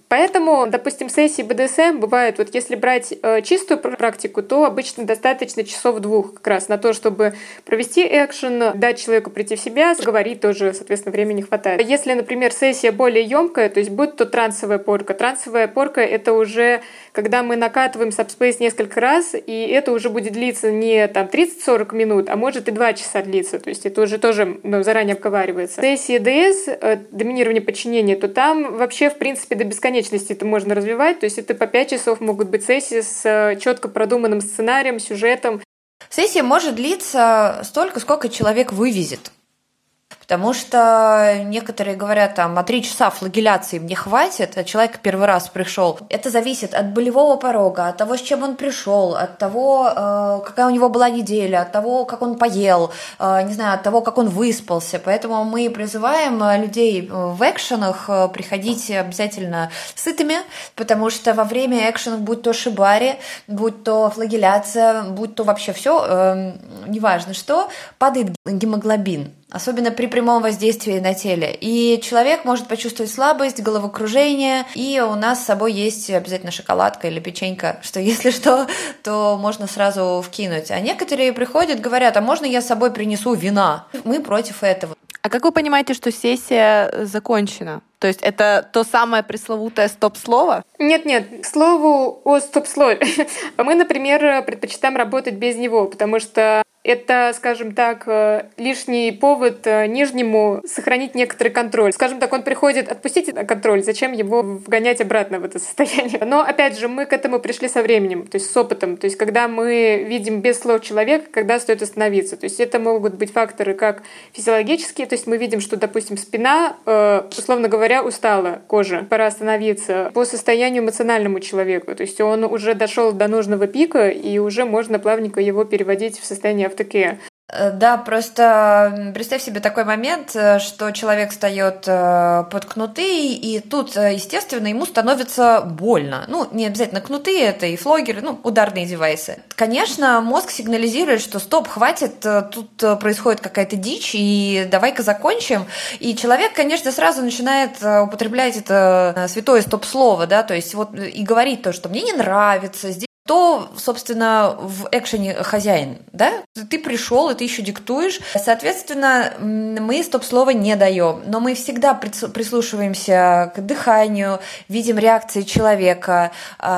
Поэтому, допустим, сессии БДСМ бывают, вот если брать чистую практику, то обычно достаточно часов 2 как раз на то, чтобы провести экшен, дать человеку прийти в себя, говорить тоже, соответственно, времени хватает. Если, например, сессия более емкая, то есть будь то трансовая порка. Трансовая порка — это уже когда мы накатываем Subspace несколько раз, и это уже будет длиться не там 30-40 минут, а может и 2 часа длиться. То есть это уже тоже заранее обговаривается. Сессии ДС, доминирование подчинения, то там вообще, в принципе, до бесконечности это можно развивать. То есть это по 5 часов могут быть сессии с четко продуманным сценарием, сюжетом.
Сессия может длиться столько, сколько человек вывезет. Потому что некоторые говорят, там, 3 часа флагеляции мне хватит, а человек первый раз пришел. Это зависит от болевого порога, от того, с чем он пришел, от того, какая у него была неделя, от того, как он поел, не знаю, от того, как он выспался. Поэтому мы призываем людей в экшенах приходить обязательно сытыми, потому что во время экшенов, будь то шибари, будь то флагеляция, будь то вообще все, неважно что, падает гемоглобин. Особенно при прямом воздействии на теле. И человек может почувствовать слабость, головокружение, и у нас с собой есть обязательно шоколадка или печенька, что если что, то можно сразу вкинуть. А некоторые приходят, говорят, а можно я с собой принесу вина? Мы против этого.
А как вы понимаете, что сессия закончена? То есть это то самое пресловутое стоп-слово?
Нет, к слову о стоп-слове. Мы, например, предпочитаем работать без него, потому что это, скажем так, лишний повод нижнему сохранить некоторый контроль. Скажем так, он приходит, отпустите контроль, зачем его вгонять обратно в это состояние? Но, опять же, мы к этому пришли со временем, то есть с опытом. То есть когда мы видим без слов человека, когда стоит остановиться. То есть это могут быть факторы как физиологические, то есть мы видим, что, допустим, спина, условно говоря, устала, кожа, пора остановиться. По состоянию эмоциональному человеку, то есть он уже дошел до нужного пика, и уже можно плавненько его переводить в состояние автокеа.
Да, просто представь себе такой момент, что человек встает под кнуты, и тут, естественно, ему становится больно. Ну, не обязательно кнуты, это и флогеры, ударные девайсы. Конечно, мозг сигнализирует, что стоп, хватит, тут происходит какая-то дичь, и давай-ка закончим. И человек, конечно, сразу начинает употреблять это святое стоп-слово, да, то есть вот и говорить то, что мне не нравится, здесь. Кто, собственно, в экшене хозяин, да? Ты пришел, и ты еще диктуешь. Соответственно, мы стоп-слова не даем, но мы всегда прислушиваемся к дыханию, видим реакции человека,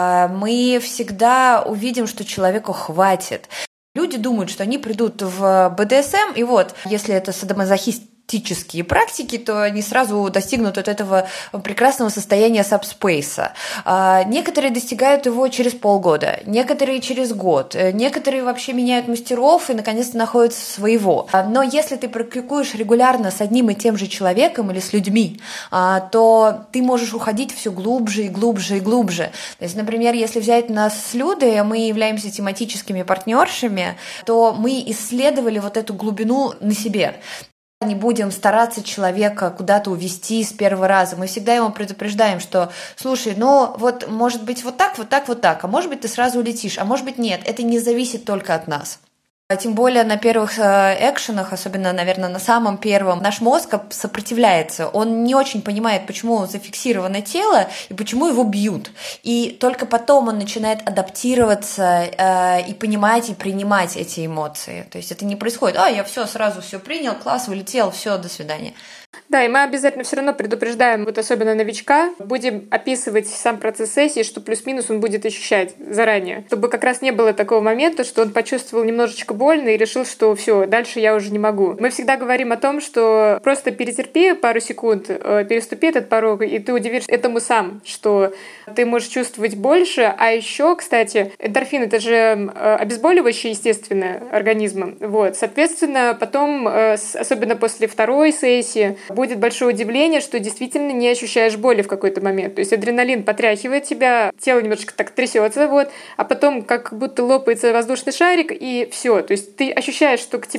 мы всегда увидим, что человеку хватит. Люди думают, что они придут в БДСМ, и вот, если это садомазохист, практики, то они сразу достигнут от этого прекрасного состояния сабспейса. Некоторые достигают его через полгода, некоторые через год, некоторые вообще меняют мастеров и наконец-то находят своего. Но если ты практикуешь регулярно с одним и тем же человеком или с людьми, то ты можешь уходить все глубже и глубже и глубже. То есть, например, если взять нас с Людой, мы являемся тематическими партнершами, то мы исследовали вот эту глубину на себе. Не будем стараться человека куда-то увести с первого раза. Мы всегда его предупреждаем, что, слушай, вот может быть вот так, а может быть ты сразу улетишь, а может быть нет. Это не зависит только от нас. Тем более на первых экшенах, особенно, наверное, на самом первом, наш мозг сопротивляется. Он не очень понимает, почему зафиксировано тело и почему его бьют. И только потом он начинает адаптироваться и понимать, и принимать эти эмоции. То есть это не происходит, я сразу все принял, класс, улетел, все, до свидания.
Да, и мы обязательно все равно предупреждаем, вот особенно новичка, будем описывать сам процесс сессии, что плюс-минус он будет ощущать заранее, чтобы как раз не было такого момента, что он почувствовал немножечко больно и решил, что все, дальше я уже не могу. Мы всегда говорим о том, что просто перетерпи пару секунд, переступи этот порог, и ты удивишься этому сам, что ты можешь чувствовать больше. А еще, кстати, эндорфин — это же обезболивающее, естественно, организмом. Вот. Соответственно, потом, особенно после второй сессии, будет большое удивление, что действительно не ощущаешь боли в какой-то момент. То есть адреналин потряхивает тебя, тело немножечко так трясется, а потом как будто лопается воздушный шарик, и все. То есть ты ощущаешь, что к тебе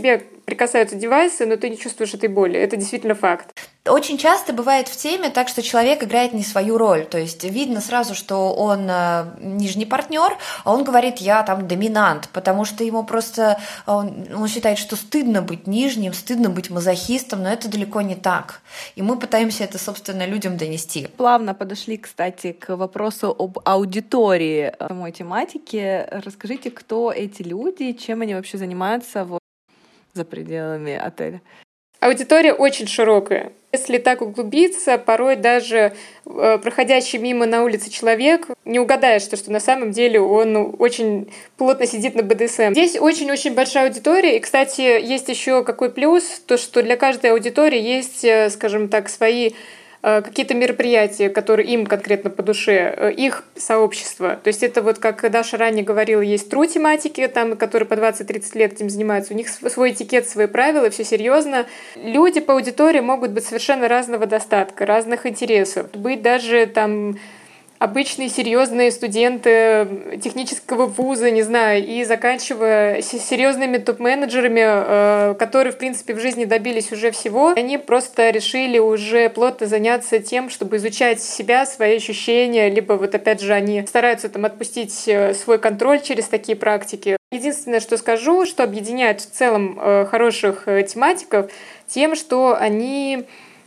прикасаются девайсы, но ты не чувствуешь этой боли. Это действительно факт.
Очень часто бывает в теме так, что человек играет не свою роль. То есть видно сразу, что он нижний партнер, а он говорит, я там доминант, потому что ему просто он считает, что стыдно быть нижним, стыдно быть мазохистом, но это далеко не так. И мы пытаемся это, собственно, людям донести.
Плавно подошли, кстати, к вопросу об аудитории самой тематики. Расскажите, кто эти люди, чем они вообще занимаются за пределами отеля?
Аудитория очень широкая. Если так углубиться, порой даже проходящий мимо на улице человек не угадаешь, что на самом деле он очень плотно сидит на БДСМ. Здесь очень-очень большая аудитория. И, кстати, есть еще какой плюс, то, что для каждой аудитории есть, скажем так, свои какие-то мероприятия, которые им конкретно по душе, их сообщество. То есть это вот, как Даша ранее говорила, есть true тематики, там, которые по 20-30 лет этим занимаются, у них свой этикет, свои правила, все серьезно. Люди по аудитории могут быть совершенно разного достатка, разных интересов. Быть даже там обычные серьезные студенты технического вуза, не знаю, и заканчивая серьезными топ-менеджерами, которые, в принципе, в жизни добились уже всего, они просто решили уже плотно заняться тем, чтобы изучать себя, свои ощущения, либо вот опять же они стараются там отпустить свой контроль через такие практики. Единственное, что скажу, что объединяет в целом хороших тематиков тем, что они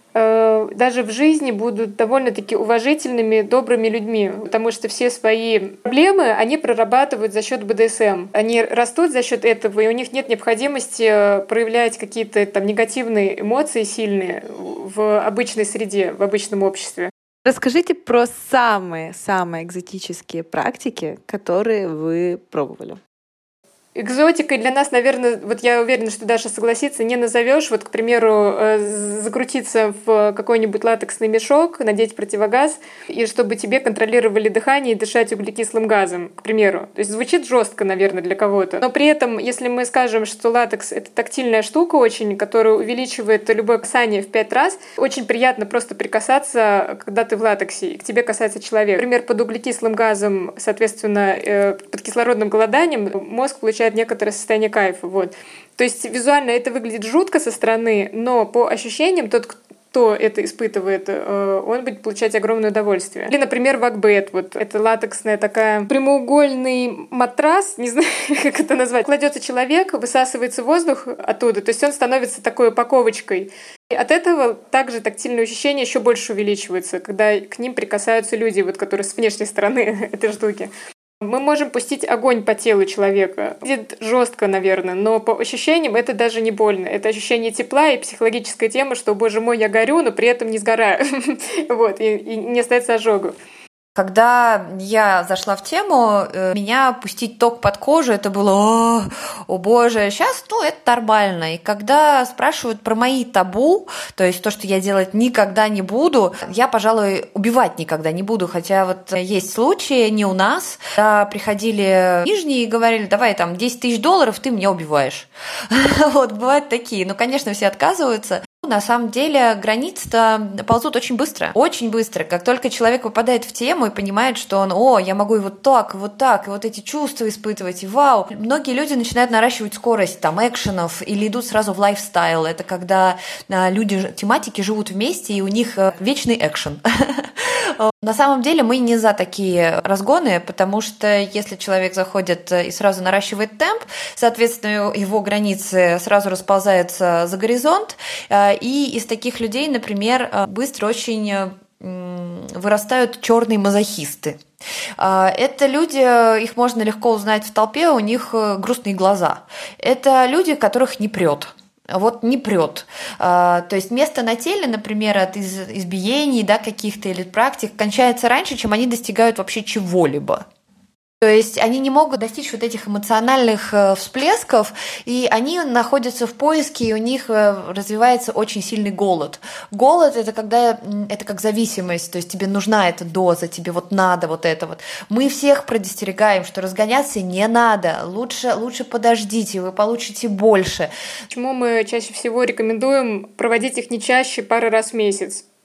даже в жизни будут довольно-таки уважительными, добрыми людьми, потому что все свои проблемы они прорабатывают за счет БДСМ. Они растут за счет этого, и у них нет необходимости проявлять какие-то там негативные эмоции сильные в обычной среде, в обычном обществе.
Расскажите про самые экзотические практики, которые вы пробовали.
Экзотикой для нас, наверное, вот я уверена, что Даша согласится, не назовешь. Вот, к примеру, закрутиться в какой-нибудь латексный мешок, надеть противогаз, и чтобы тебе контролировали дыхание и дышать углекислым газом, к примеру. То есть звучит жестко, наверное, для кого-то. Но при этом, если мы скажем, что латекс — это тактильная штука очень, которая увеличивает любое касание в 5 раз, очень приятно просто прикасаться, когда ты в латексе, и к тебе касается человек. Например, под углекислым газом, соответственно, под кислородным голоданием мозг получает некоторое состояние кайфа. Вот. То есть визуально это выглядит жутко со стороны, но по ощущениям тот, кто это испытывает, он будет получать огромное удовольствие. Или, например, вакбет. Вот это латексная такая прямоугольный матрас, не знаю, как это назвать. Кладется человек, высасывается воздух оттуда, то есть он становится такой упаковочкой. И от этого также тактильные ощущения еще больше увеличиваются, когда к ним прикасаются люди, вот, которые с внешней стороны этой штуки. Мы можем пустить огонь по телу человека. Будет жестко, наверное, но по ощущениям это даже не больно. Это ощущение тепла и психологическая тема, что, боже мой, я горю, но при этом не сгораю. Вот, и не остается ожогу.
Когда я зашла в тему, меня пустить ток под кожу, это было «О боже!». Сейчас, это нормально. И когда спрашивают про мои табу, то есть то, что я делать никогда не буду, я, пожалуй, убивать никогда не буду. Хотя вот есть случаи, не у нас, когда приходили нижние и говорили, давай там $10 000, ты меня убиваешь. Вот, бывают такие. Но, конечно, все отказываются. На самом деле границы-то ползут очень быстро. Очень быстро. Как только человек попадает в тему и понимает, что он, я могу и вот так, и вот эти чувства испытывать, и вау. Многие люди начинают наращивать скорость там экшенов или идут сразу в лайфстайл. Это когда люди тематики живут вместе, и у них вечный экшен. На самом деле мы не за такие разгоны, потому что если человек заходит и сразу наращивает темп, соответственно, его границы сразу расползаются за горизонт, и из таких людей, например, быстро очень вырастают черные мазохисты. Это люди, их можно легко узнать в толпе, у них грустные глаза. Это люди, которых не прет. Вот не прет. То есть место на теле, например, от избиений, каких-то или практик кончается раньше, чем они достигают вообще чего-либо. То есть они не могут достичь вот этих эмоциональных всплесков, и они находятся в поиске, и у них развивается очень сильный голод. Голод — это когда это как зависимость, то есть тебе нужна эта доза, тебе вот надо вот это вот. Мы всех предостерегаем, что разгоняться не надо, лучше подождите, вы получите больше.
Почему мы чаще всего рекомендуем проводить их не чаще пары раз в месяц?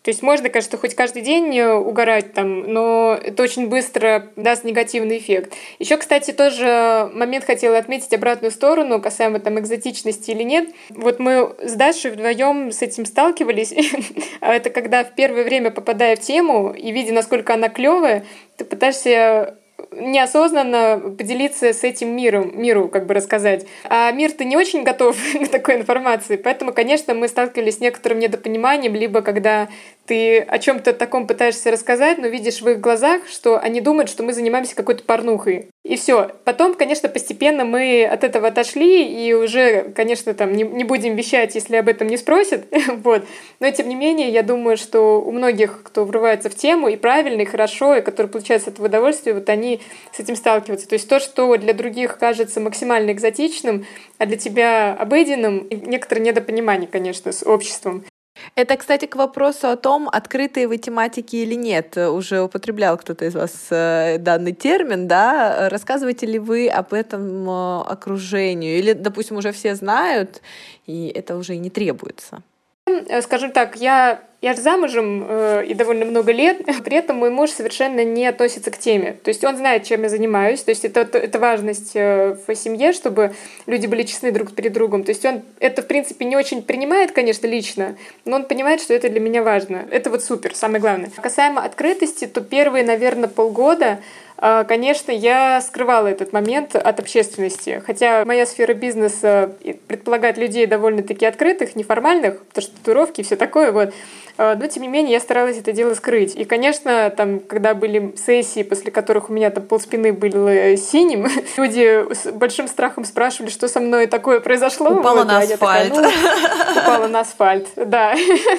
То есть можно, конечно, хоть каждый день угорать там, но это очень быстро даст негативный эффект. Еще, кстати, тоже момент хотела отметить обратную сторону, касаемо там экзотичности или нет. Вот мы с Дашей вдвоем с этим сталкивались. Это когда в первое время, попадая в тему и видя, насколько она клевая, ты пытаешься неосознанно поделиться с этим миру как бы рассказать. А мир-то не очень готов к такой информации, поэтому, конечно, мы сталкивались с некоторым недопониманием, либо когда ты о чем-то таком пытаешься рассказать, но видишь в их глазах, что они думают, что мы занимаемся какой-то порнухой. И все. Потом, конечно, постепенно мы от этого отошли, и уже, конечно, там не будем вещать, если об этом не спросят. Вот. Но, тем не менее, я думаю, что у многих, кто врывается в тему, и правильно, и хорошо, и которые получают с этого удовольствие, вот они с этим сталкиваются. То есть то, что для других кажется максимально экзотичным, а для тебя обыденным, некоторое недопонимание, конечно, с обществом.
Это, кстати, к вопросу о том, открытые вы тематики или нет. Уже употреблял кто-то из вас данный термин, да? Рассказываете ли вы об этом окружению? Или, допустим, уже все знают, и это уже и не требуется?
Скажем так, я же замужем и довольно много лет, при этом мой муж совершенно не относится к теме. То есть он знает, чем я занимаюсь, то есть это важность в семье, чтобы люди были честны друг перед другом. То есть он это, в принципе, не очень принимает, конечно, лично, но он понимает, что это для меня важно. Это вот супер, самое главное. Касаемо открытости, то первые, наверное, полгода, конечно, я скрывала этот момент от общественности. Хотя моя сфера бизнеса предполагает людей довольно-таки открытых, неформальных, потому что татуировки и все такое, вот. Но, тем не менее, я старалась это дело скрыть. И, конечно, там, когда были сессии, после которых у меня там полспины было синим, люди с большим страхом спрашивали, что со мной такое произошло.
Упала на асфальт.
Упала на асфальт, да.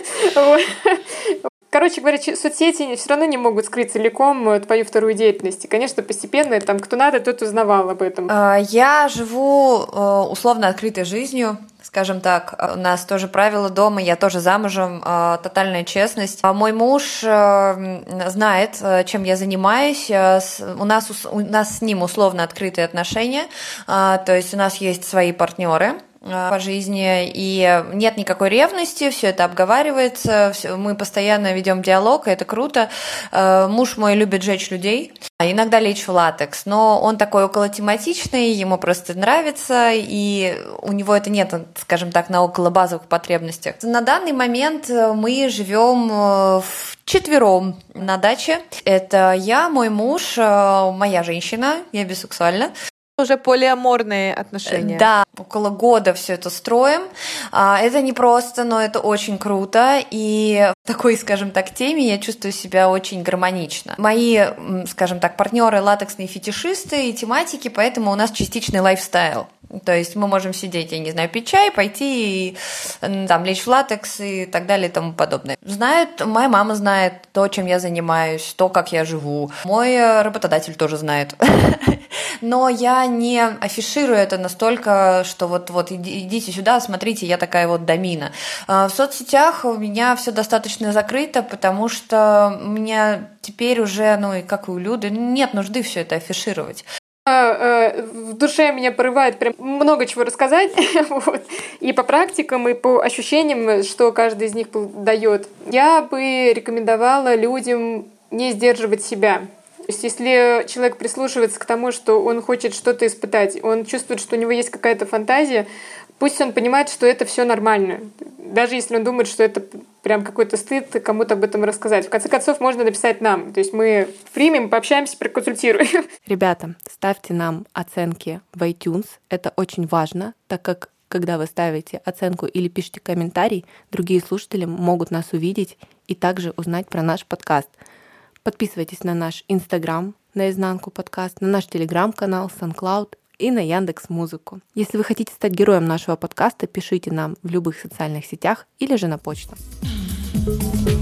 Короче говоря, соцсети все равно не могут скрыть целиком твою вторую деятельность. И, конечно, постепенно там кто надо, тот узнавал об этом.
Я живу условно открытой жизнью, скажем так. У нас тоже правила дома, я тоже замужем, тотальная честность. Мой муж знает, чем я занимаюсь. У нас с ним условно открытые отношения. То есть у нас есть свои партнеры по жизни, и нет никакой ревности, все это обговаривается, мы постоянно ведем диалог, и это круто. Муж мой любит жечь людей, иногда лечь в латекс, но он такой околотематичный, ему просто нравится, и у него это нет, скажем так, на околобазовых потребностях. На данный момент мы живем вчетвером на даче. Это я, мой муж, моя женщина, я бисексуальна.
Уже полиаморные отношения.
Да, около года все это строим. Это непросто, но это очень круто. И в такой, скажем так, теме я чувствую себя очень гармонично. Мои, скажем так, партнеры латексные фетишисты и тематики, поэтому у нас частичный лайфстайл. То есть мы можем сидеть, я не знаю, пить чай, пойти и там лечь в латекс и так далее и тому подобное. Моя мама знает то, чем я занимаюсь, то, как я живу. Мой работодатель тоже знает. Но я не афиширую это настолько, что вот идите сюда, смотрите, я такая вот домина. В соцсетях у меня все достаточно закрыто, потому что у меня теперь уже, и как и у Люды, нет нужды все это афишировать.
В душе меня порывает прям много чего рассказать. Вот. И по практикам, и по ощущениям, что каждый из них дает. Я бы рекомендовала людям не сдерживать себя. То есть если человек прислушивается к тому, что он хочет что-то испытать, он чувствует, что у него есть какая-то фантазия, пусть он понимает, что это все нормально. Даже если он думает, что это прям какой-то стыд кому-то об этом рассказать. В конце концов, можно написать нам. То есть мы примем, пообщаемся, проконсультируем.
Ребята, ставьте нам оценки в iTunes. Это очень важно, так как когда вы ставите оценку или пишете комментарий, другие слушатели могут нас увидеть и также узнать про наш подкаст. Подписывайтесь на наш Инстаграм, Наизнанку подкаст, на наш Телеграм-канал, SoundCloud и на Яндекс.Музыку. Если вы хотите стать героем нашего подкаста, пишите нам в любых социальных сетях или же на почту.